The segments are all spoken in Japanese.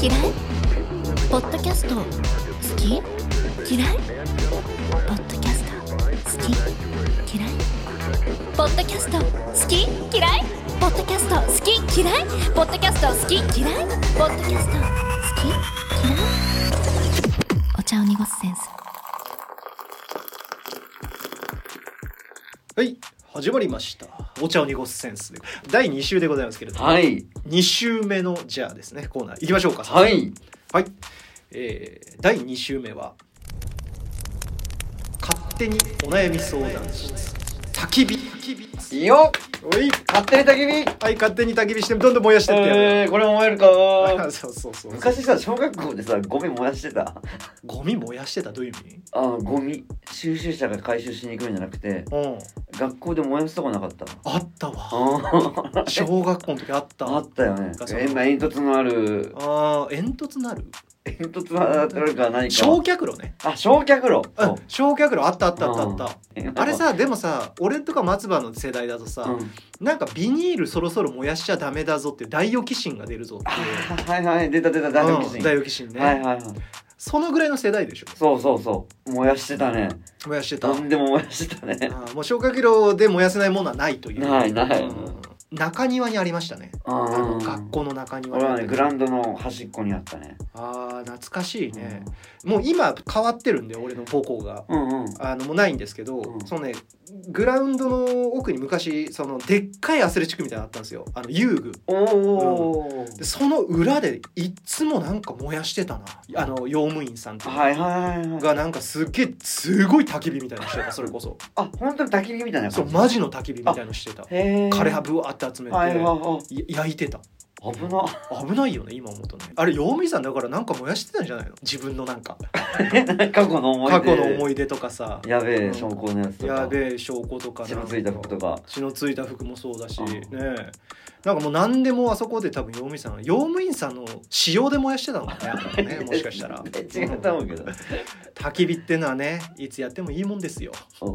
嫌い？ポッドキャスト好き？嫌い？ポッドキャスト好き？嫌い？ポッドキャスト好き？嫌い？ポッドキャスト好き？嫌い？ポッドキャスト好き？嫌い？ポッドキャスト好き？嫌い？お茶を濁すセンス。 はい、始まりました。お茶を濁すセンスで第2週でございますけれども、 はい、 2週目のじゃあですねコーナー行きましょうか。 はいはい、第2週目は勝手にお悩み相談室焚き火。 いいよ、 おい、 勝手に焚き火。 はい、勝手に焚き火してどんどん燃やしてってやる。 これも燃えるかそう昔さ、小学校でさ、ゴミ燃やしてた。 ゴミ燃やしてた？どういう意味？ ゴミ収集車が回収しに行くんじゃなくて、学校で燃やすとこなかった？ あったわ。小学校の時あった。 あったよね。煙突のある。 煙突のある？ 煙突のあるか何か。 焼却炉ね。 焼却炉。 焼却炉あった。あれさ、でもさ、俺とか松葉の世代だとさ、なんかビニールそろそろ燃やしちゃダメだぞっていう大予期心が出るぞっていう。 はい出た大予期心。 大予期心ね。 はい。 そのぐらいの世代でしょ。 そう燃やしてたね。 燃やしてた。 何でも燃やしてたね。 もう消火器炉で燃やせないものはないという。 ない。 中庭にありましたね。学校の中庭に。 俺はね、グラウンドの端っこにあったね。 懐かしいね。もう今変わってるんで、俺の母校が。もうないんですけど、そのね、グラウンドの奥に昔そのでっかいアスレチックみたいなのあったんですよ。遊具。でその裏でいつもなんか燃やしてたな。用務員さんとかがなんかすごい焚き火みたいなのしてた。それこそ。 本当に焚き火みたいな。 そう、マジの焚き火みたいなのしてた。枯れ葉ぶわって集めて焼いてた。危ないよね、今思うとね。あれ用務員さんだからなんか燃やしてたんじゃないの？自分のなんか過去の思い出とかさ、 やべえ証拠のやつとか、 やべえ証拠とか、 血のついた服とか、 血のついた服もそうだしね。なんかもう何でもあそこで多分用務員さんの使用で燃やしてたのかね。もしかしたら違うと思うけど、 焚き火ってのはね、いつやってもいいもんですよ。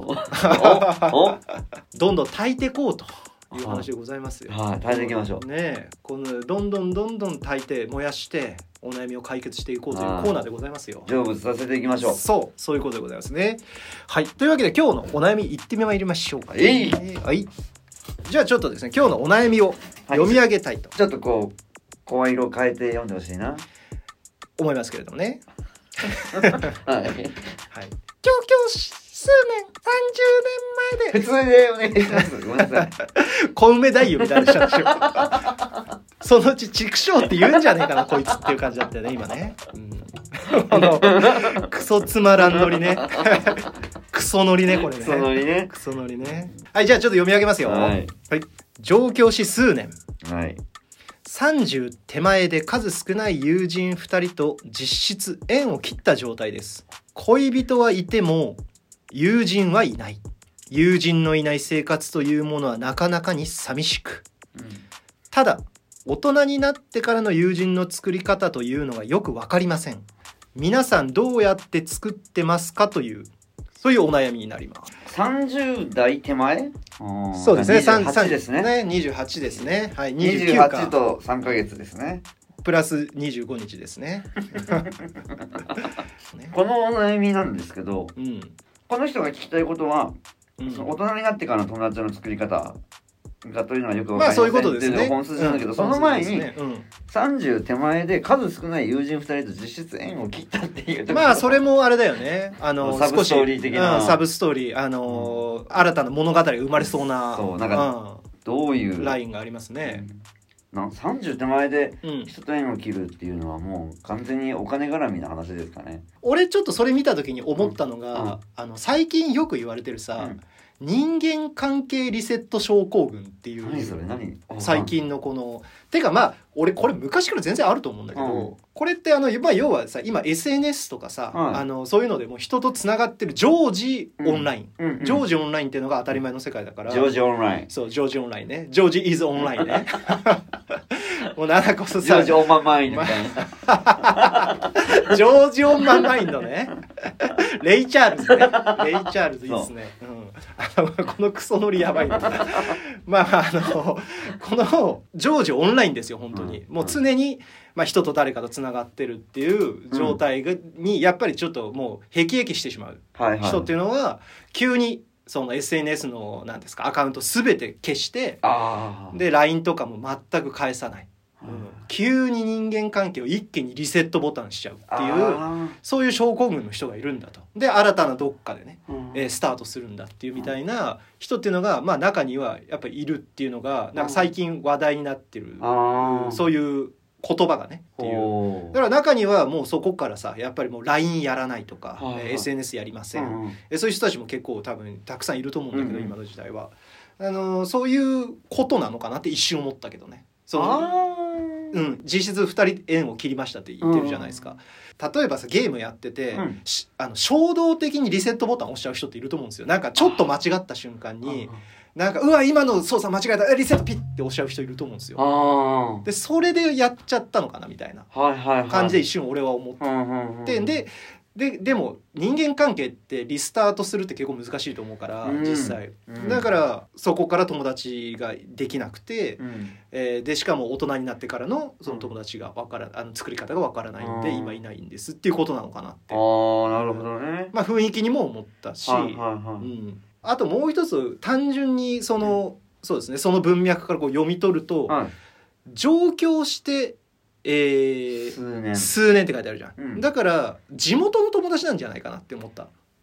どんどん焚いてこうという話でございますよ。 焚いていきましょうね。このどんどん焚いて燃やしてお悩みを解決していこうというコーナーでございますよ。 成仏させていきましょう。 そういうことでございますね。はい、というわけで今日のお悩み行ってまいりましょうか。はい。じゃあちょっとですね、今日のお悩みを読み上げたいと、 ちょっとこう声色を変えて読んでほしいな思いますけれどもね。 はい。 上京し数年30年前で普通でお願いします。ごめんなさい。 小梅太夫みたいな人でしょ。そのうち畜生って言うんじゃねえかなこいつっていう感じだったよね今ね。クソつまらんノリね。クソノリね、これね。クソノリね。はい、じゃあちょっと読み上げますよ。はい。上京し数年。 はい。 30手前で数少ない友人2人と実質縁を切った状態です。恋人はいても友人はいない。友人のいない生活というものはなかなかに寂しく。ただ、大人になってからの友人の作り方というのがよくわかりません。皆さんどうやって作ってますかという、そういうお悩みになります。 30代手前？ そうですね。 28ですね。 28ですね。はい、29か。 28と3ヶ月ですね。 プラス25日ですね。 このお悩みなんですけど、この人が聞きたいことは、その大人になってからの友達の作り方がというのがよくわかりませんっていうのが本筋なんだけど、その前に30手前で数少ない友人2人と実質縁を切ったっていうところ、 それもあれだよね。 サブストーリー的な、 サブストーリー、新たな物語が生まれそうな、 なんかどういうラインがありますね。 30手前で人と縁を切るっていうのはもう完全にお金絡みな話ですかね。 俺ちょっとそれ見た時に思ったのが、最近よく言われてるさ、人間関係リセット症候群っていう。 何それ？何？ 最近のこのてか俺これ昔から全然あると思うんだけど、これって要はさ、今 SNS とかさ、そういうのでも人とつながってる常時オンライン、常時オンラインっていうのが当たり前の世界だから。 常時オンライン。 そう、常時オンラインね。常時 is オンラインね。もうなんかこそさ、 常時オンマンマインドみたいな。常時オンマンマインドね。レイチャールズね。レイチャールズいいですね。 このクソノリやばいなまあこの常時オンラインですよ本当に、もう常に、人と誰かとつながってるっていう状態にやっぱりちょっともうへきへきしてしまう人っていうのは急にその SNS の何ですかアカウント全て消してで LINE とかも全く返さない、急に人間関係を一気にリセットボタンしちゃうっていうそういう症候群の人がいるんだと。で新たなどっかでね、スタートするんだっていうみたいな人っていうのが、中にはやっぱりいるっていうのがなんか最近話題になってる、そういう言葉がねっていう。だから中にはもうそこからさやっぱりもう LINE やらないとか、SNS やりません、そういう人たちも結構多分たくさんいると思うんだけど、今の時代はそういうことなのかなって一瞬思ったけどね。実質2人縁を切りましたって言ってるじゃないですか。例えばさゲームやってて、衝動的にリセットボタン押しちゃう人っていると思うんですよ。なんかちょっと間違った瞬間になんかうわ今の操作間違えたリセットピッて押しちゃう人いると思うんですよ。でそれでやっちゃったのかなみたいな感じで一瞬俺は思って、でも人間関係ってリスタートするって結構難しいと思うから実際、だからそこから友達ができなくて、でしかも大人になってからのその友達が作り方がわからないんで今いないんですっていうことなのかなって。 なるほどね。 雰囲気にも思ったし、あともう一つ単純にそうですねその文脈からこう読み取ると、上京して数年って書いてあるじゃん、だから地元の友達なんじゃないかなって思った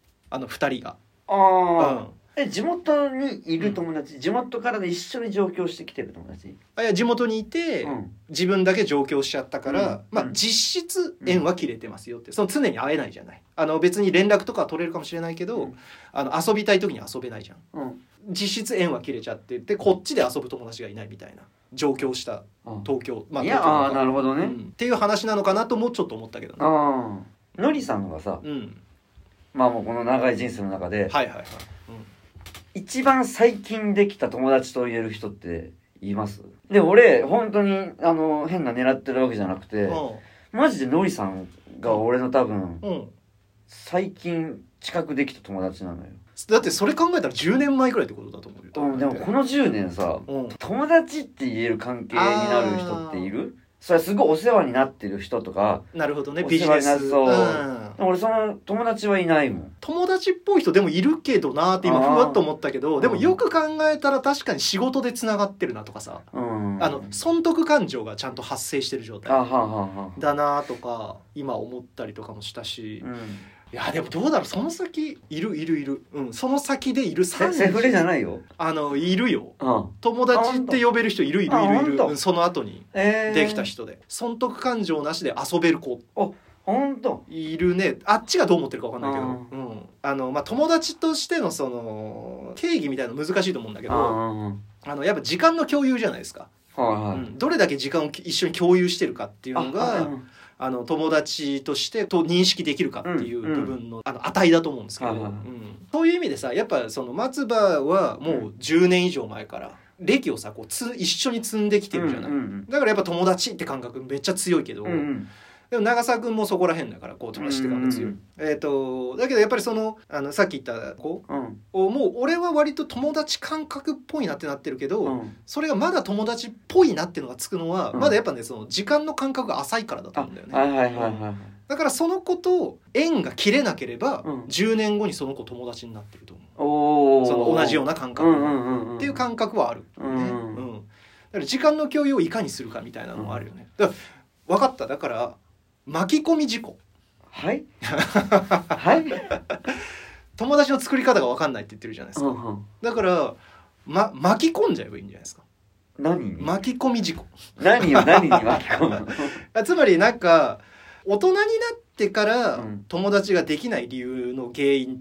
2人が。 地元にいる友達、地元からで一緒に上京してきてる友達？ いや地元にいて、自分だけ上京しちゃったから、実質縁は切れてますよって。その常に会えないじゃない。別に連絡とかは取れるかもしれないけど、遊びたい時に遊べないじゃん、実質縁は切れちゃっててこっちで遊ぶ友達がいないみたいな上京した東京、 いやなるほどね、 っていう話なのかなともちょっと思ったけどね。 のりさんがさ、もうこの長い人生の中で、一番最近できた友達と言える人っています？で俺本当に変な狙ってるわけじゃなくて、マジでのりさんが俺の多分、最近近くできた友達なのよ。 だってそれ考えたら10年前くらいってことだと思うよ。 でもこの10年さ、友達って言える関係になる人っている？それはすごいお世話になってる人とか。 なるほどね、ビジネス。 俺その友達はいないもん。 友達っぽい人でもいるけどなーって今ふわっと思ったけど、でもよく考えたら確かに仕事でつながってるなとかさ、損得感情がちゃんと発生してる状態だなとか今思ったりとかもしたし、いやでもどうだろう、その先いる、その先でいるセフレじゃないよ、 いるよ、友達って呼べる人いる、その後にできた人で損得感情なしで遊べる子本当いるね。あっちがどう思ってるか分かんないけど、友達としてのその定義みたいなの難しいと思うんだけど、やっぱ時間の共有じゃないですか、どれだけ時間を一緒に共有してるかっていうのが友達として認識できるかっていう部分の値だと思うんですけど、そういう意味でさやっぱその松葉はもう10年以上前から歴をさこう一緒に積んできてるじゃない、だからやっぱ友達って感覚めっちゃ強いけど、でも長澤君もそこら辺だからこう友達って感覚強い、だけどやっぱりそのさっき言った子をもう俺は割と友達感覚っぽいなってなってるけど、それがまだ友達っぽいなっていうのがつくのは、まだやっぱねその時間の感覚が浅いからだと思うんだよね。だからその子と縁が切れなければ、10年後にその子友達になってると思う。その同じような感覚っていう感覚はある、だから時間の共有をいかにするかみたいなのもあるよね。だから分かった。だから巻き込み事故友達の作り方が分かんないって言ってるじゃないですか、だから、巻き込んじゃえばいいんじゃないですか。巻き込み事故何に巻き込むつまりなんか大人になってから友達ができない理由の原因って、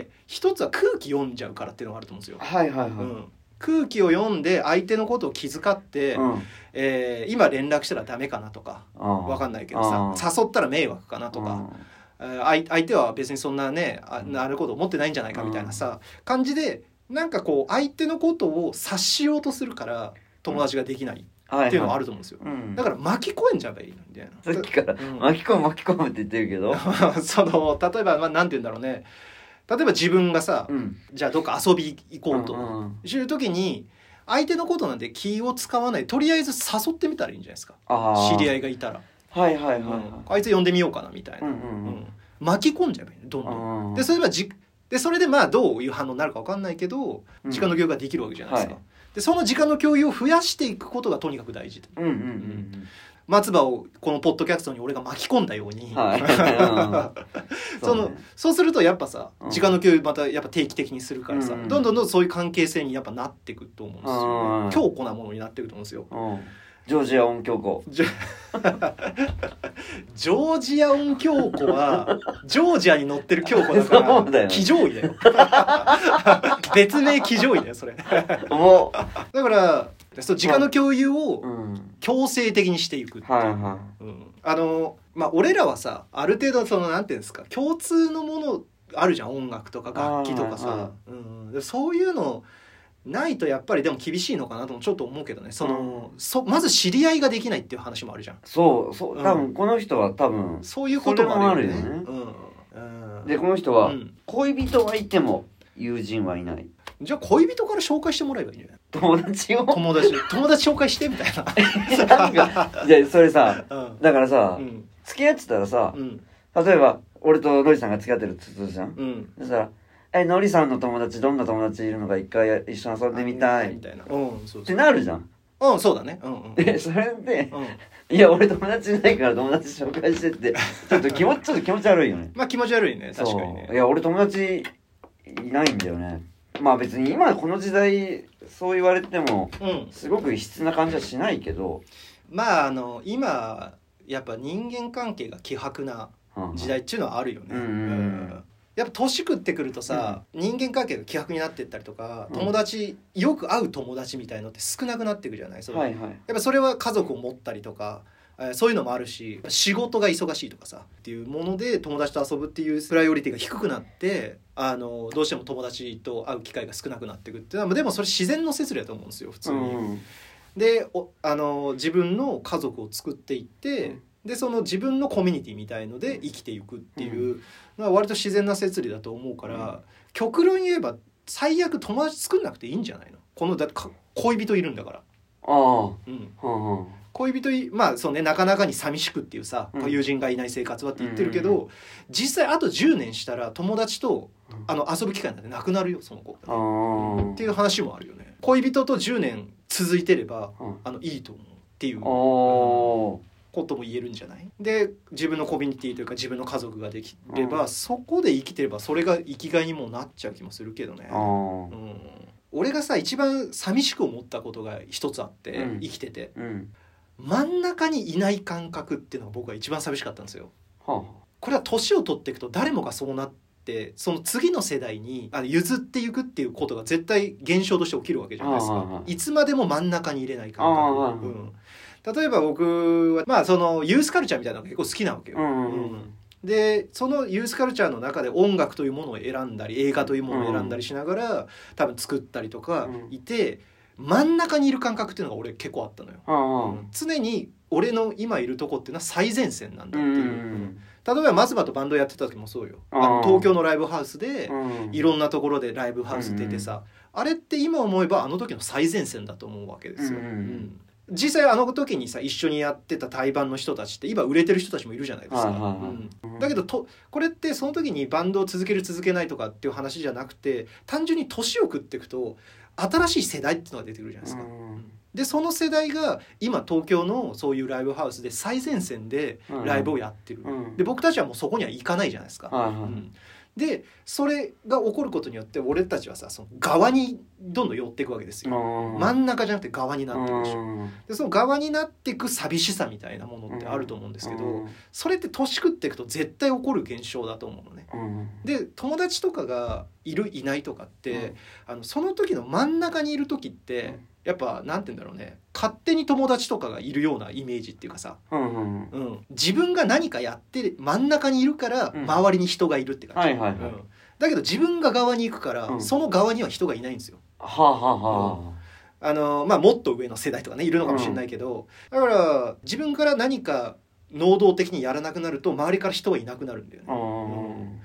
一つは空気読んじゃうからっていうのがあると思うんですよ。空気を読んで相手のことを気遣って、今連絡したらダメかなとか分かんないけどさ、誘ったら迷惑かなとか、相手は別にそんなねなること思ってないんじゃないかみたいなさ、感じでなんかこう相手のことを察しようとするから友達ができないっていうのはあると思うんですよ、だから巻き込んじゃえばいいのみたいな。 さっきから巻き込むって言ってるけどその例えばなんて言うんだろうね、 例えば自分がさ、じゃあどっか遊び行こうという時に相手のことなんで気を使わない、とりあえず誘ってみたらいいんじゃないですか。知り合いがいたら、あいつ呼んでみようかなみたいな、巻き込んじゃえばいいどんどん。でそれでまあどういう反応になるか分かんないけど、時間の共有ができるわけじゃないですか。でその時間の共有を増やしていくことがとにかく大事。松葉をこのポッドキャストに俺が巻き込んだように、そうするとやっぱさ、時間の共有またやっぱ定期的にするからさ、どんどんそういう関係性にやっぱなっていくと思うんですよ。強固なものになっていくと思うんですよ。 ジョージア音響子ジョージア音響子はジョージアに乗ってる京子だから騎乗位だよ別名騎乗位だよそれだから時間の共有を強制的にしていくっていう、まあ俺らはさある程度そのなんていうんですか、共通のものあるじゃん、音楽とか楽器とかさ、そういうのないとやっぱりでも厳しいのかなともちょっと思うけどね。まず知り合いができないっていう話もあるじゃん。多分この人は多分そういうこともあるよね。 でこの人は恋人はいても友人はいない。 じゃあ恋人から紹介してもらえばいいんじゃない？ 友達紹介してみたいなじゃあそれさ、だからさ、付き合ってたらさ、例えば俺とノリさんが付き合ってるって言ったじゃん。そしたらのりさんの友達どんな友達いるのか一回一緒に遊んでみたいみたいなってなるじゃん。 そうだね。 それで、いや俺友達いないから友達紹介してってちょっと気持ち悪いよね。 まあ気持ち悪いね、確かにね。 いや俺友達いないんだよね。まあ別に今この時代そう言われてもすごく異質な感じはしないけど、 まあ今やっぱ人間関係が希薄な時代っていうのはあるよね。やっぱ年食ってくるとさ、人間関係が希薄になっていったりとか、友達よく会う友達みたいのって少なくなっていくじゃない。やっぱそれは家族を持ったりとか、そういうのもあるし、仕事が忙しいとかさっていうもので友達と遊ぶっていうプライオリティが低くなって、どうしても友達と会う機会が少なくなっていくっていうのは、でもそれ自然の摂理だと思うんですよ普通に。で自分の家族を作っていって、でその自分のコミュニティみたいので生きていくっていうのは割と自然な摂理だと思うから、極論言えば最悪友達作んなくていいんじゃないの。だって恋人いるんだから。恋人まあそうね、なかなかに寂しくっていうさ、友人がいない生活はって言ってるけど、実際あと10年したら友達と遊ぶ機会なんてなくなるよその子、っていう話もあるよね。恋人と10年続いてればいいと思うっていうことも言えるんじゃない。で自分のコミュニティというか自分の家族ができれば、そこで生きてればそれが生きがいにもなっちゃう気もするけどね。俺がさ一番寂しく思ったことが一つあって、生きてて、真ん中にいない感覚っていうのが僕は一番寂しかったんですよ。これは年を取っていくと誰もがそうなって、その次の世代に譲っていくっていうことが絶対現象として起きるわけじゃないですか。いつまでも真ん中に入れない感覚。例えば僕はまあそのユースカルチャーみたいなのが結構好きなわけよ。でそのユースカルチャーの中で音楽というものを選んだり映画というものを選んだりしながら多分作ったりとかいて、真ん中にいる感覚っていうのが俺結構あったのよ。常に俺の今いるとこっていうのは最前線なんだっていう。例えば松葉とバンドやってた時もそうよ。東京のライブハウスでいろんなところでライブハウス出てさ、あれって今思えばあの時の最前線だと思うわけですよ。実際あの時にさ一緒にやってた対バンの人たちって今売れてる人たちもいるじゃないですか。だけどこれってその時にバンドを続ける続けないとかっていう話じゃなくて、単純に年を食っていくと新しい世代っていうのが出てくるじゃないですか。でその世代が今東京のそういうライブハウスで最前線でライブをやってる。で僕たちはもうそこには行かないじゃないですか。でそれが起こることによって俺たちはさその側にどんどん寄っていくわけですよ。真ん中じゃなくて側になっていくでしょ。でその側になっていく寂しさみたいなものってあると思うんですけど、それって年食っていくと絶対起こる現象だと思うのね。で友達とかがいるいないとかって、その時の真ん中にいる時ってやっぱなんて言うんだろうね、勝手に友達とかがいるようなイメージっていうかさ、自分が何かやって真ん中にいるから周りに人がいるって感じ。だけど自分が側に行くから、その側には人がいないんですよ。まあもっと上の世代とかねいるのかもしれないけど、だから自分から何か能動的にやらなくなると周りから人はいなくなるんだよね。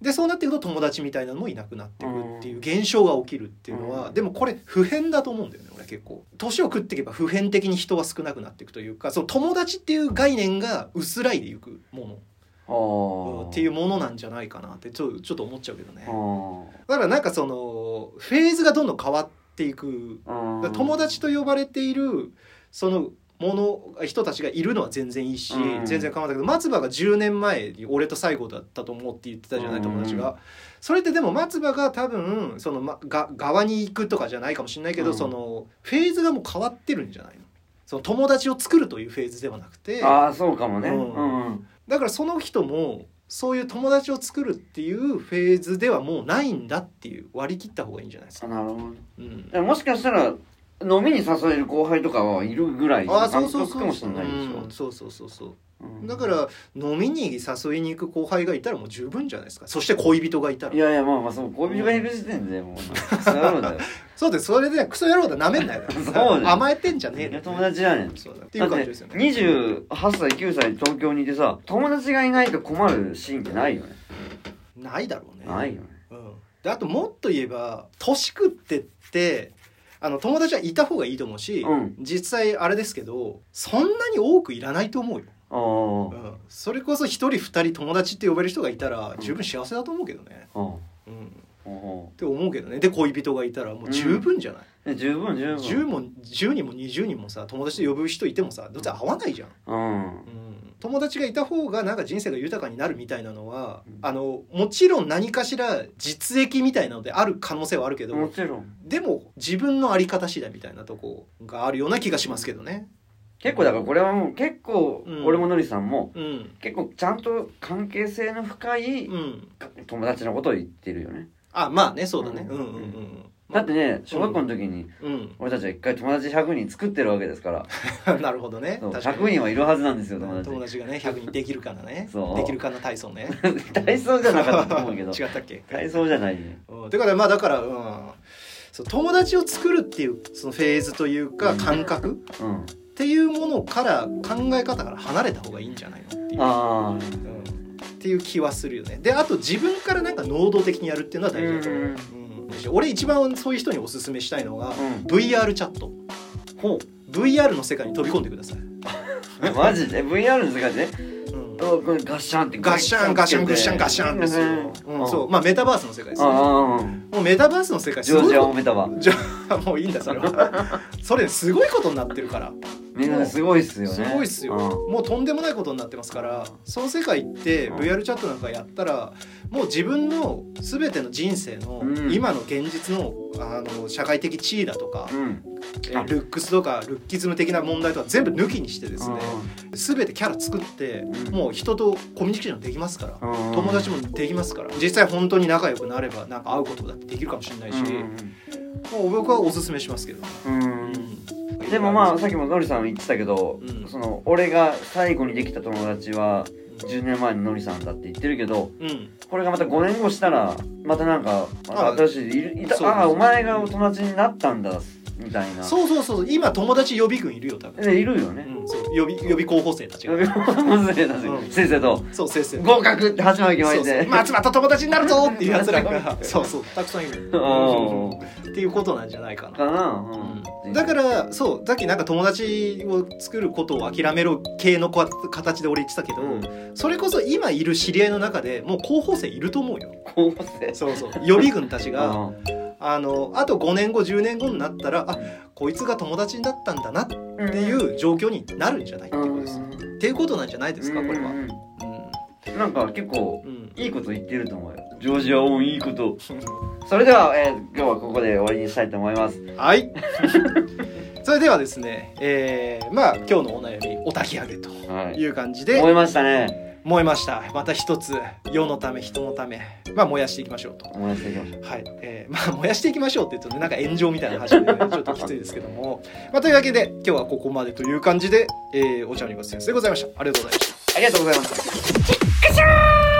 でそうなっていくと友達みたいなのもいなくなっていくっていう現象が起きるっていうのは、でもこれ普遍だと思うんだよね俺結構。年を食っていけば普遍的に人は少なくなっていくというか、その友達っていう概念が薄らいでいくものっていうものなんじゃないかなってちょっと思っちゃうけどね。だからなんかそのフェーズがどんどん変わっていく。友達と呼ばれているその人たちがいるのは全然いいし、全然構わないけど、松葉が10年前に俺と最後だったと思うって言ってたじゃない、友達が。それってでも松葉が多分その、側に行くとかじゃないかもしれないけど、そのフェーズがもう変わってるんじゃないの。その友達を作るというフェーズではなくて。 そうかもね、 だからその人もそういう友達を作るっていうフェーズではもうないんだっていう割り切った方がいいんじゃないですか。 なるほど、もしかしたら飲みに誘える後輩とかはいるぐらいそうかもしれないでしょ。 そうだから飲みに誘いに行く後輩がいたらもう十分じゃないですか。そして恋人がいたら。 いやまあそう恋人がいる時点でもうクソ野郎だよ。 そうです。それでクソ野郎だなめんなよ。甘えてんじゃねえよ。 友達やねん。 っていう感じですよね。 28歳9歳東京にいてさ、友達がいないと困るシーンってないよね。 ないだろうね。 ないよね。 であともっと言えば年食ってって友達はいた方がいいと思うし、実際あれですけどそんなに多くいらないと思うよ。それこそ1人2人友達って呼べる人がいたら十分幸せだと思うけどね。って思うけどね。で恋人がいたらもう十分じゃない。 十分 10人も20人もさ友達と呼ぶ人いてもさどうせ合わないじゃん。友達がいた方がなんか人生が豊かになるみたいなのは、もちろん何かしら実益みたいなのである可能性はあるけど、 もちろんでも自分の在り方次第みたいなとこがあるような気がしますけどね。 結構だからこれはもう結構、俺ものりさんも、結構ちゃんと関係性の深い、友達のことを言ってるよね。 まあねそうだね。 だってね小学校の時に、俺たちは一回友達100人作ってるわけですから。 なるほどね。 100人はいるはずなんですよ友達がね100人できるかなね。できるかな体操ね。 体操じゃなかったと思うけど。 違ったっけ。 体操じゃないね。 だから友達を作るっていうそのフェーズというか感覚、っていうものから考え方から離れた方がいいんじゃないのっていう気はするよね。であと自分からなんか能動的にやるっていうのは大事だと思う。俺一番そういう人におすすめしたいのが、VR チャット。VR の世界に飛び込んでください。 マジで VR の世界で、ガッシャンってガッシャンですよ。そうまあメタバースの世界ですね。もうメタバースの世界ジョージアオメタバもういいんだそれは。それすごいことになってるから。 みんなすごいっすよね。 すごいっすよ。もうとんでもないことになってますから、その世界って VR チャットなんかやったらもう自分の全ての人生の今の現実の社会的地位だとか、ルックスとかルッキズム的な問題とか全部抜きにしてですね、全てキャラ作ってもう人とコミュニケーションできますから、友達もできますから、実際本当に仲良くなればなんか会うことだってできるかもしれないし、もう僕はおすすめしますけどね。 でもまあさっきものりさん言ってたけど、その俺が最後にできた友達は10年前ののりさんだって言ってるけど、これがまた5年後したらまたなんか新しいお前が友達になったんだみたいな。 そう今友達予備軍いるよ多分。 いるよね。 予備候補生たちが。 予備候補生たち先生と先生合格って8枚決まりで松葉と友達になるぞっていうやつらがそうたくさんいるっていうことなんじゃないかな。だからさっきなんか友達を作ることを諦めろ系の形で俺言ってたけど、それこそ今いる知り合いの中でもう候補生いると思うよ。 候補生予備軍たちがあと5年後10年後になったらこいつが友達だったんだなっていう状況になるんじゃないっていうことです。っていうことなんじゃないですかこれは。 なんか結構いいこと言ってると思うよ。ジョージアオンいいこと。それでは、今日はここで終わりにしたいと思います。 はい。それではですね、今日のお悩みお焚き上げという感じで、 燃えましたね。 燃えました。また一つ世のため人のため燃やしていきましょうと。 燃やしていきましょう。 はい。燃やしていきましょうって言うとねなんか炎上みたいな話で、ね、ちょっときついですけども、というわけで今日はここまでという感じで、お茶のご先生でございました。ありがとうございました。 ありがとうございました。